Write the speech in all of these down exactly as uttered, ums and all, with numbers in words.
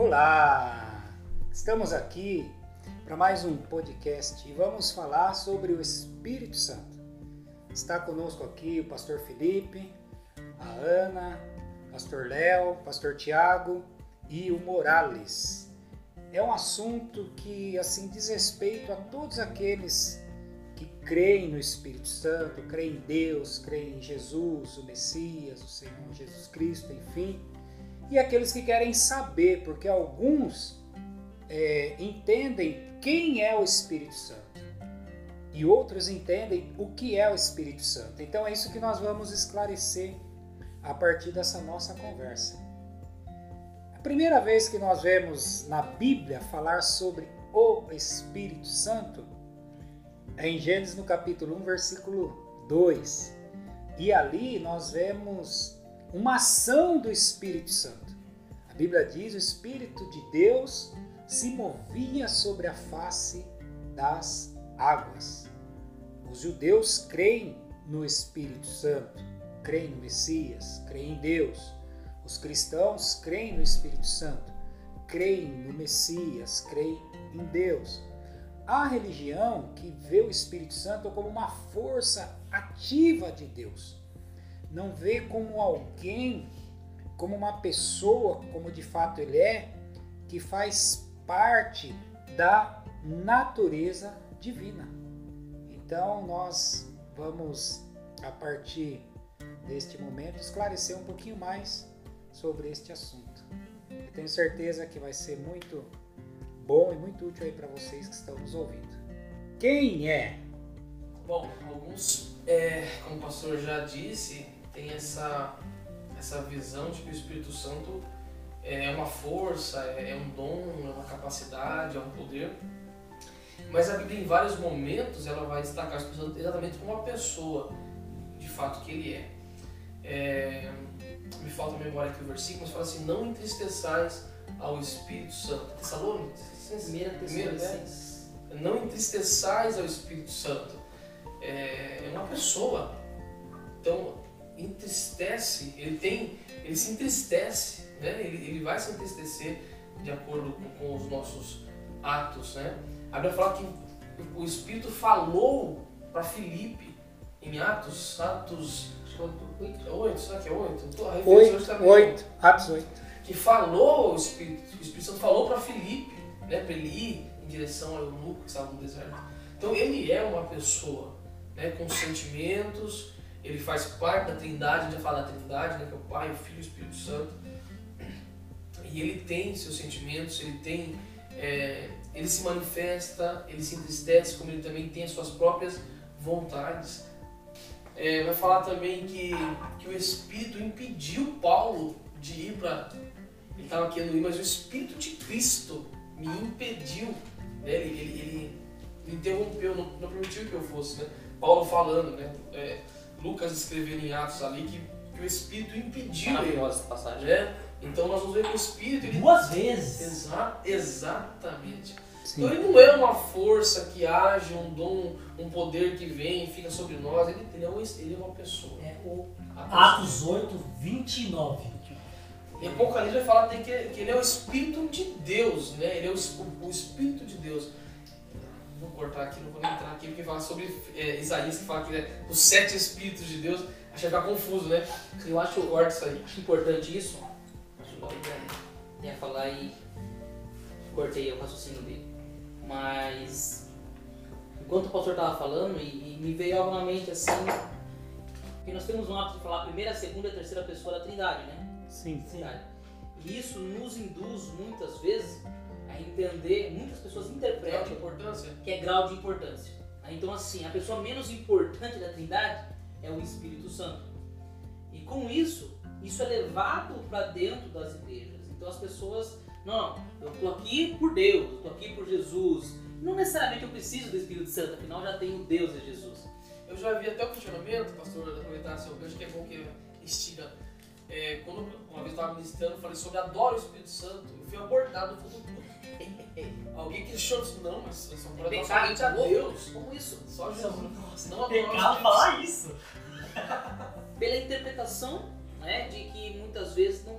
Olá! Estamos aqui para mais um podcast e vamos falar sobre o Espírito Santo. Está conosco aqui o pastor Felipe, a Ana, o pastor Léo, o pastor Tiago e o Morales. É um assunto que assim diz respeito a todos aqueles que creem no Espírito Santo, creem em Deus, creem em Jesus, o Messias, o Senhor Jesus Cristo, enfim. E aqueles que querem saber, porque alguns é, entendem quem é o Espírito Santo e outros entendem o que é o Espírito Santo. Então é isso que nós vamos esclarecer a partir dessa nossa conversa. A primeira vez que nós vemos na Bíblia falar sobre o Espírito Santo é em Gênesis no capítulo um, versículo dois. E ali nós vemos uma ação do Espírito Santo. A Bíblia diz: o Espírito de Deus se movia sobre a face das águas. Os judeus creem no Espírito Santo, creem no Messias, creem em Deus. Os cristãos creem no Espírito Santo, creem no Messias, creem em Deus. Há religião que vê o Espírito Santo como uma força ativa de Deus. Não vê como alguém, como uma pessoa, como de fato ele é, que faz parte da natureza divina. Então nós vamos, a partir deste momento, esclarecer um pouquinho mais sobre este assunto. Eu tenho certeza que vai ser muito bom e muito útil aí para vocês que estão nos ouvindo. Quem é? Bom, alguns, é, como o pastor já disse, tem essa, essa visão de que o Espírito Santo é uma força, é um dom, é uma capacidade, é um poder. Mas a Bíblia, em vários momentos, ela vai destacar o Espírito Santo exatamente como uma pessoa, de fato, que ele é. é me falta a memória aqui o versículo, mas fala assim: não entristeçais ao Espírito Santo. Tessalonicenses? Primeira Tessalonicenses. Não entristeçais ao Espírito Santo. É, é uma pessoa. Então, entristece, ele tem, ele se entristece, né? ele, ele vai se entristecer de acordo com, com os nossos atos, né? A Bíblia fala que o Espírito falou para Filipe em Atos, Atos oito, será que é oito? oito, Atos oito. Que falou, o Espírito, o Espírito Santo falou para Filipe, né, para ele ir em direção ao eunuco que estava no deserto. Então ele é uma pessoa, né, com sentimentos. Ele faz parte da Trindade, a gente já fala da Trindade, né, que é o Pai, o Filho e o Espírito Santo. E ele tem seus sentimentos, ele tem, é, ele se manifesta, ele se entristece, como ele também tem as suas próprias vontades. É, vai falar também que, que o Espírito impediu Paulo de ir para... Ele estava querendo ir, mas o Espírito de Cristo me impediu. Né? Ele, ele, ele me interrompeu, não, não permitiu que eu fosse. Né? Paulo falando, né? É, Lucas escrevendo em Atos ali que, que o Espírito impediu ele. Maravilhosa passagem. Né? Então nós vamos ver que o Espírito... Ele... Duas vezes! Exa exatamente. Sim. Então ele não é uma força que age, um dom, um poder que vem e fica sobre nós. Ele, ele, é, uma, ele é uma pessoa. É o A Atos oito, vinte e nove. Em Apocalipse vai falar que, que ele é o Espírito de Deus, né? Ele é o, o Espírito de Deus. Vou cortar aqui, não vou nem entrar aqui, porque fala sobre é, Isaías, que fala que é os sete Espíritos de Deus. Acho que vai ficar confuso, né? Eu acho, eu corto isso aí. acho importante isso. Acho que eu ia falar e cortei o raciocínio dele. Mas enquanto o pastor estava falando, e, e me veio algo na mente assim, que nós temos um hábito de falar a primeira, a segunda e a terceira pessoa da Trindade, né? Sim, sim. E isso nos induz muitas vezes a entender, muitas pessoas interpretam Grau de importância? que é grau de importância. Então assim, a pessoa menos importante da Trindade é o Espírito Santo. E com isso, isso é levado para dentro das igrejas. Então as pessoas, não, eu estou aqui por Deus, eu estou aqui por Jesus. Não necessariamente eu preciso do Espírito Santo, afinal já tenho Deus e Jesus. Eu já vi até o questionamento, pastor, aproveitar seu gancho, que é bom que instiga. É, quando uma vez eu estava ministrando, eu falei sobre adoro o Espírito Santo, eu fui abordado no fundo. Alguém questionou isso, não, mas são para adorar somente a Deus. Como isso? Só Jesus. Nossa, não falar isso. Pela interpretação, né, de que muitas vezes não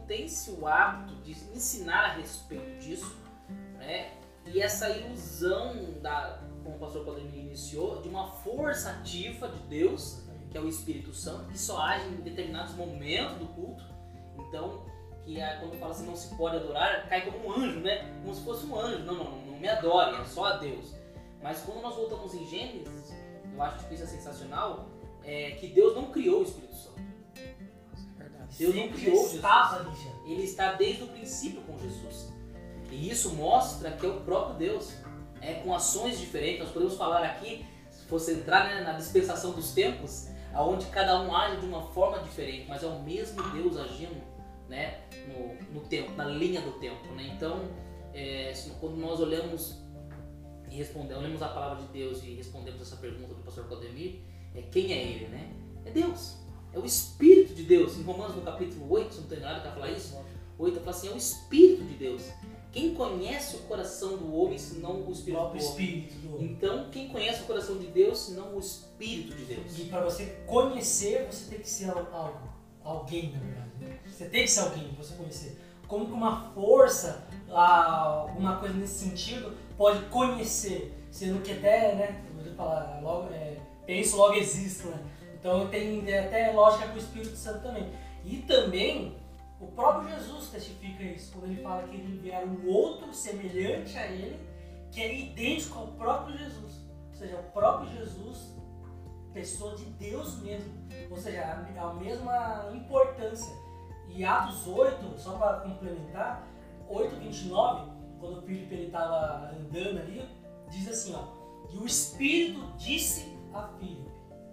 tem-se o hábito de ensinar a respeito disso, né? E essa ilusão, da, como o pastor Claudemir iniciou, de uma força ativa de Deus, que é o Espírito Santo, que só age em determinados momentos do culto. Então, que é, quando fala assim, não se pode adorar, cai como um anjo, né? Como se fosse um anjo. Não, não, não me adore, é só a Deus. Mas quando nós voltamos em Gênesis, eu acho que isso é sensacional, é que Deus não criou o Espírito Santo. É verdade. Deus não criou Jesus. Estava ali já. Ele está desde o princípio com Jesus. E isso mostra que é o próprio Deus. É, com ações diferentes. Nós podemos falar aqui, se fosse entrar, né, na dispensação dos tempos, onde cada um age de uma forma diferente, mas é o mesmo Deus agindo, né, no, no tempo, na linha do tempo. Né? Então, é, quando nós olhamos e respondemos, olhamos a palavra de Deus e respondemos essa pergunta do pastor Claudemir, é, quem é ele? Né? É Deus. É o Espírito de Deus. Em Romanos, no capítulo oito, se não tem nada para falar isso, oito fala assim, é o Espírito de Deus. Quem conhece o coração do homem, senão o Espírito do homem? Espírito do homem. Então, quem conhece o coração de Deus, senão o Espírito de Deus? E para você conhecer, você tem que ser algo, alguém, na verdade. Né? Você tem que ser alguém para você conhecer. Como que uma força, alguma coisa nesse sentido, pode conhecer, sendo que até, né, eu vou falar, logo, é, penso, logo existo, né? Então tem até lógica com o Espírito Santo também. E também, o próprio Jesus testifica isso, quando ele fala que ele enviará um outro semelhante a ele, que é idêntico ao próprio Jesus. Ou seja, o próprio Jesus, pessoa de Deus mesmo. Ou seja, a, a mesma importância. E Atos oito, só para complementar, oito, vinte e nove, quando o Filipe estava andando ali, diz assim, ó, e o Espírito disse a Filipe,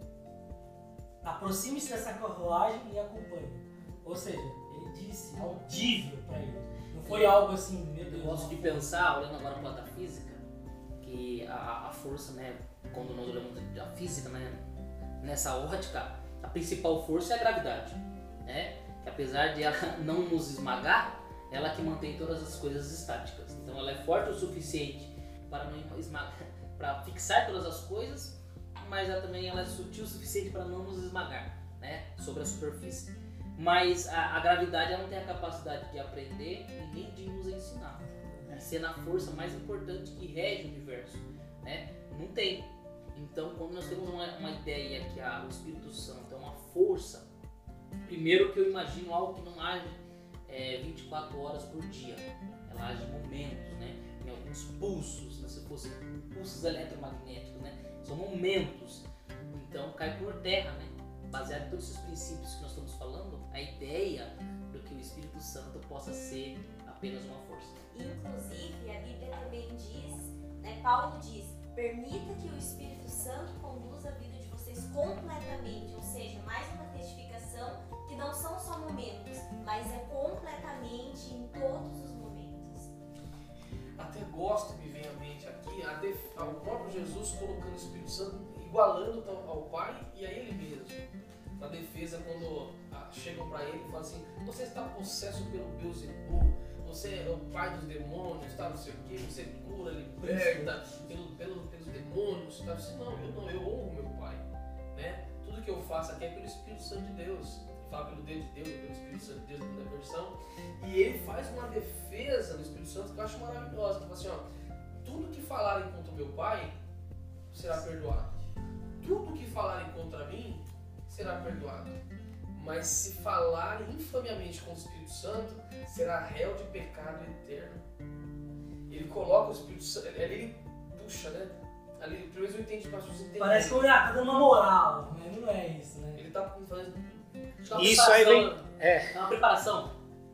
aproxime-se dessa carruagem e acompanhe. Ou seja, ele disse, audível para ele. Não foi algo assim, meu Deus. Eu gosto de pensar, olhando agora para a física, que a, a força, né, quando nós olhamos a física, né, nessa ótica, a principal força é a gravidade, né? Que apesar de ela não nos esmagar, ela que mantém todas as coisas estáticas. Então ela é forte o suficiente para não esmagar, para fixar todas as coisas, mas ela também ela é sutil o suficiente para não nos esmagar, né, sobre a superfície. Mas a, a gravidade ela não tem a capacidade de aprender e nem de nos ensinar, né? Sendo a força mais importante que rege o universo, né? Não tem. Então, quando nós temos uma, uma ideia que a, o Espírito Santo é uma força, primeiro que eu imagino algo que não age é, vinte e quatro horas por dia. Ela age em momentos, né? Em alguns pulsos, né? Se fosse pulsos eletromagnéticos, né? São momentos. Então, cai por terra, né? Baseado em todos esses princípios que nós estamos falando, a ideia do que o Espírito Santo possa ser apenas uma força. Inclusive, a Bíblia também diz, né, Paulo diz, permita que o Espírito Santo conduza a vida de vocês completamente, ou seja, mais uma testificação que não são só momentos, mas é completamente em todos os momentos. Até gosto, me vem à mente aqui, a def... o próprio Jesus colocando o Espírito Santo, igualando ao Pai e a Ele mesmo. Na defesa, quando ah, chegam para Ele e falam assim, você está possesso pelo Beelzebub, você é o pai dos demônios, tá, não sei o que, você cura, liberta pelo, pelo, pelos demônios, tá? Assim, não, eu não, eu honro meu Pai, né? Tudo que eu faço aqui é pelo Espírito Santo de Deus. Fala pelo Deus de Deus, pelo Espírito Santo de Deus, na versão. E ele faz uma defesa do Espírito Santo que eu acho maravilhosa. Tipo assim, ó, tudo que falarem contra o meu Pai será perdoado. Tudo que falarem contra mim será perdoado. Mas se falarem infamemente contra o Espírito Santo, será réu de pecado eterno. Ele coloca o Espírito Santo, ele, ele puxa, né? Ali, pelo menos eu entendi, mas vocês entendem. Parece que eu tá dando uma moral, mas não é isso, né? Ele tá fazendo. Isso aí vem, é. É uma preparação.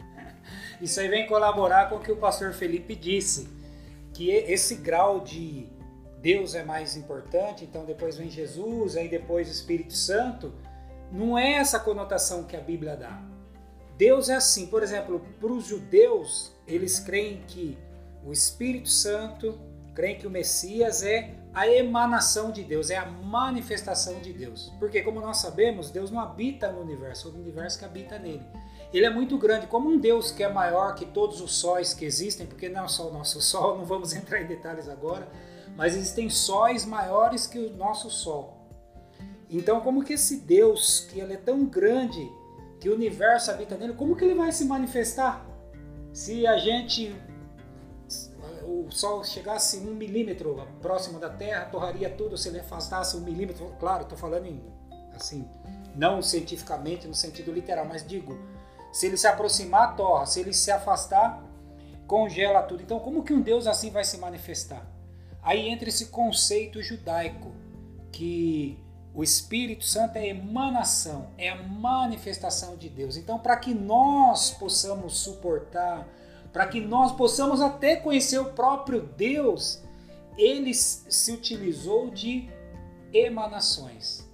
Isso aí vem colaborar com o que o pastor Felipe disse, que esse grau de Deus é mais importante, então depois vem Jesus, aí depois o Espírito Santo, não é essa conotação que a Bíblia dá. Deus é assim, por exemplo, para os judeus, eles creem que o Espírito Santo, creem que o Messias é a emanação de Deus, é a manifestação de Deus. Porque, como nós sabemos, Deus não habita no universo, é o universo que habita nele. Ele é muito grande, como um Deus que é maior que todos os sóis que existem, porque não é só o nosso Sol, não vamos entrar em detalhes agora, mas existem sóis maiores que o nosso Sol. Então, como que esse Deus, que ele é tão grande, que o universo habita nele, como que ele vai se manifestar? Se a gente, o Sol chegasse um milímetro próximo da Terra, torraria tudo. Se ele afastasse um milímetro, claro, estou falando em, assim, não cientificamente no sentido literal, mas digo, se ele se aproximar, torra. Se ele se afastar, congela tudo. Então, como que um Deus assim vai se manifestar? Aí entra esse conceito judaico, que o Espírito Santo é a emanação, é a manifestação de Deus. Então, para que nós possamos suportar, para que nós possamos até conhecer o próprio Deus, ele se utilizou de emanações.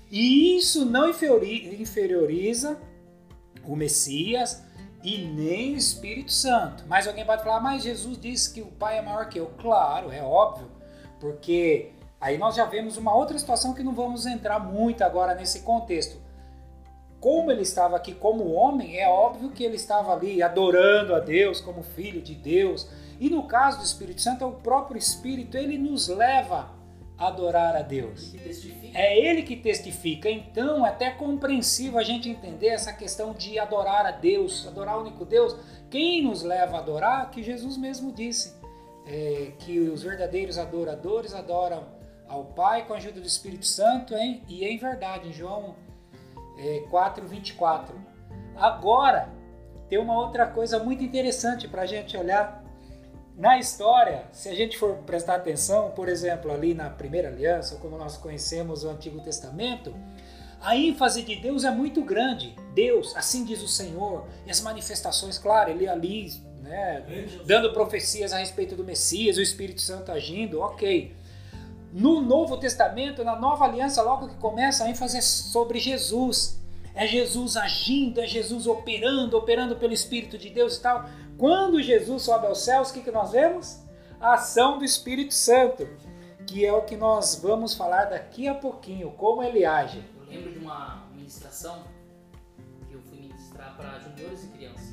E isso não inferioriza o Messias e nem o Espírito Santo. Mas alguém pode falar, mas Jesus disse que o Pai é maior que eu. Claro, é óbvio, porque aí nós já vemos uma outra situação que não vamos entrar muito agora nesse contexto. Como ele estava aqui como homem, é óbvio que ele estava ali adorando a Deus como filho de Deus. E no caso do Espírito Santo, é o próprio Espírito, ele nos leva a adorar a Deus. Que testifica. É ele que testifica. Então é até compreensível a gente entender essa questão de adorar a Deus, adorar o único Deus. Quem nos leva a adorar, que Jesus mesmo disse, é, que os verdadeiros adoradores adoram ao Pai com a ajuda do Espírito Santo, hein? E em verdade, em João é, quatro, vinte e quatro. Agora, tem uma outra coisa muito interessante para a gente olhar. Na história, se a gente for prestar atenção, por exemplo, ali na Primeira Aliança, como nós conhecemos o Antigo Testamento, a ênfase de Deus é muito grande. Deus, assim diz o Senhor, e as manifestações, claro, ele ali, né, dando profecias a respeito do Messias, o Espírito Santo agindo, ok. No Novo Testamento, na Nova Aliança, logo que começa, a ênfase é sobre Jesus. É Jesus agindo, é Jesus operando, operando pelo Espírito de Deus e tal. Quando Jesus sobe aos céus, o que, que nós vemos? A ação do Espírito Santo, que é o que nós vamos falar daqui a pouquinho, como ele age. Eu lembro de uma ministração que eu fui ministrar para juniores e crianças.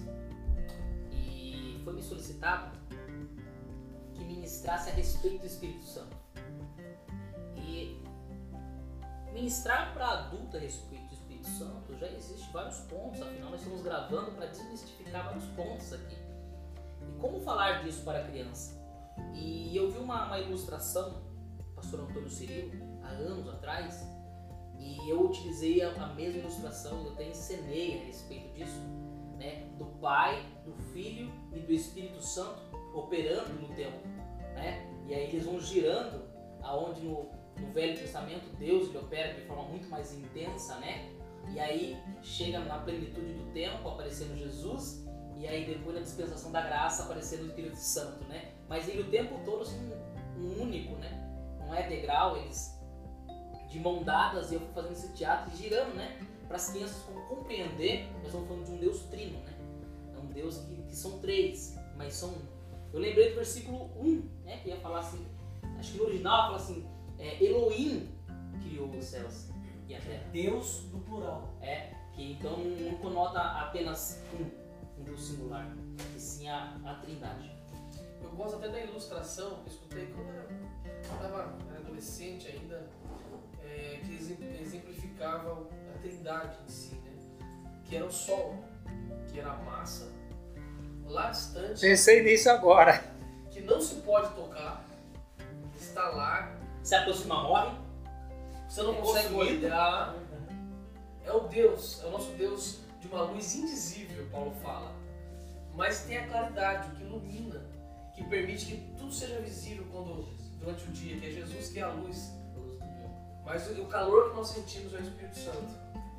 E foi me solicitado que ministrasse a respeito do Espírito Santo. E ministrar para adulto a respeito do Espírito Santo já existe vários pontos, afinal nós estamos gravando para desmistificar vários pontos aqui. E como falar disso para a criança? E eu vi uma, uma ilustração do pastor Antônio Cirilo, há anos atrás, e eu utilizei a, a mesma ilustração, eu até ensinei a respeito disso, né? Do Pai, do Filho e do Espírito Santo operando no tempo, né? E aí eles vão girando, aonde no, no Velho Testamento Deus ele opera de forma muito mais intensa, né? E aí chega na plenitude do tempo, aparecendo Jesus, e aí depois na dispensação da graça aparecendo o Espírito Santo, né? Mas ele o tempo todo são um, um único, né? Não é degrau, eles de mão dadas, e eu fui fazendo esse teatro e girando, né? Para as crianças compreender, nós estamos falando de um Deus trino, né? É um Deus que, que são três, mas são um. Eu lembrei do versículo um, né? Que ia falar assim, acho que no original fala assim, é, Elohim criou os céus e a terra. Deus do plural. É, que então não conota apenas um, um Deus singular, e sim a, a trindade. Eu gosto até da ilustração que eu escutei quando eu estava adolescente ainda, é, que exemplificava a trindade em si, né? Que era o Sol, que era a massa, lá distante. Pensei nisso agora. Que não se pode tocar, está lá. Se aproxima, morre. Você não É consegue possuído. olhar. É o Deus, é o nosso Deus de uma luz indizível, Paulo fala. Mas tem a claridade, o que ilumina, que permite que tudo seja visível quando, durante o dia, que é Jesus, que é a luz. Mas o calor que nós sentimos é o Espírito Santo.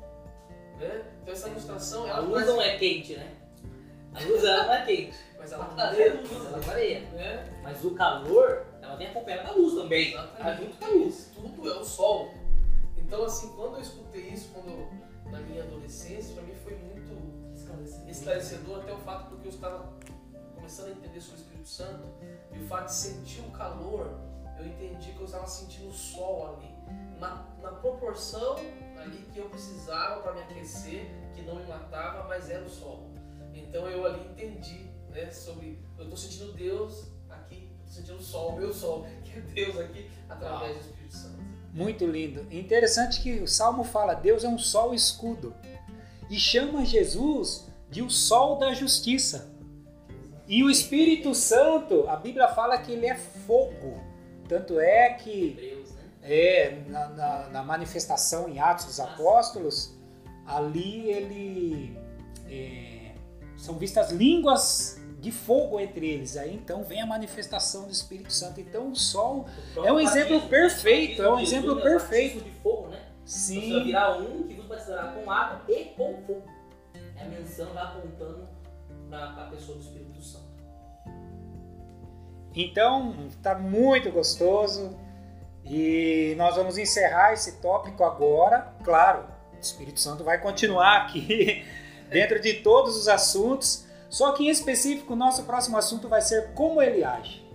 Né? Então essa ilustração... A ela luz traz- não é quente, né? A luz ela não é quente. Mas ela A clareia. luz ela clareia. Né? Mas o calor, ela vem acompanhada da luz também. Tá Exatamente. junto com a luz. Tudo é o sol. Então, assim, quando eu escutei isso, quando na minha adolescência, para mim foi muito esclarecedor, até o fato porque eu estava começando a entender sobre o Espírito Santo, e o fato de sentir o calor, eu entendi que eu estava sentindo o sol ali, na, na proporção ali que eu precisava para me aquecer, que não me matava, mas era o sol. Então eu ali entendi, né, sobre, eu estou sentindo Deus aqui, estou sentindo o sol, o meu sol, que é Deus aqui, através do Espírito Santo. Muito lindo. Interessante que o Salmo fala, Deus é um sol escudo. e chama Jesus de o sol da justiça. E o Espírito Santo, a Bíblia fala que ele é fogo. Tanto é que Hebreus, né? é, na, na, na manifestação em Atos dos Apóstolos, ali ele é, são vistas línguas de fogo entre eles. Aí então vem a manifestação do Espírito Santo. Então o sol é um exemplo perfeito, é um exemplo perfeito. De fogo, né? Sim. Você vai virar um que vos batizará com água e com fogo. É a menção lá apontando para a pessoa do Espírito Santo. Então, tá muito gostoso e nós vamos encerrar esse tópico agora. Claro, o Espírito Santo vai continuar aqui dentro de todos os assuntos, só que em específico o nosso próximo assunto vai ser como ele age.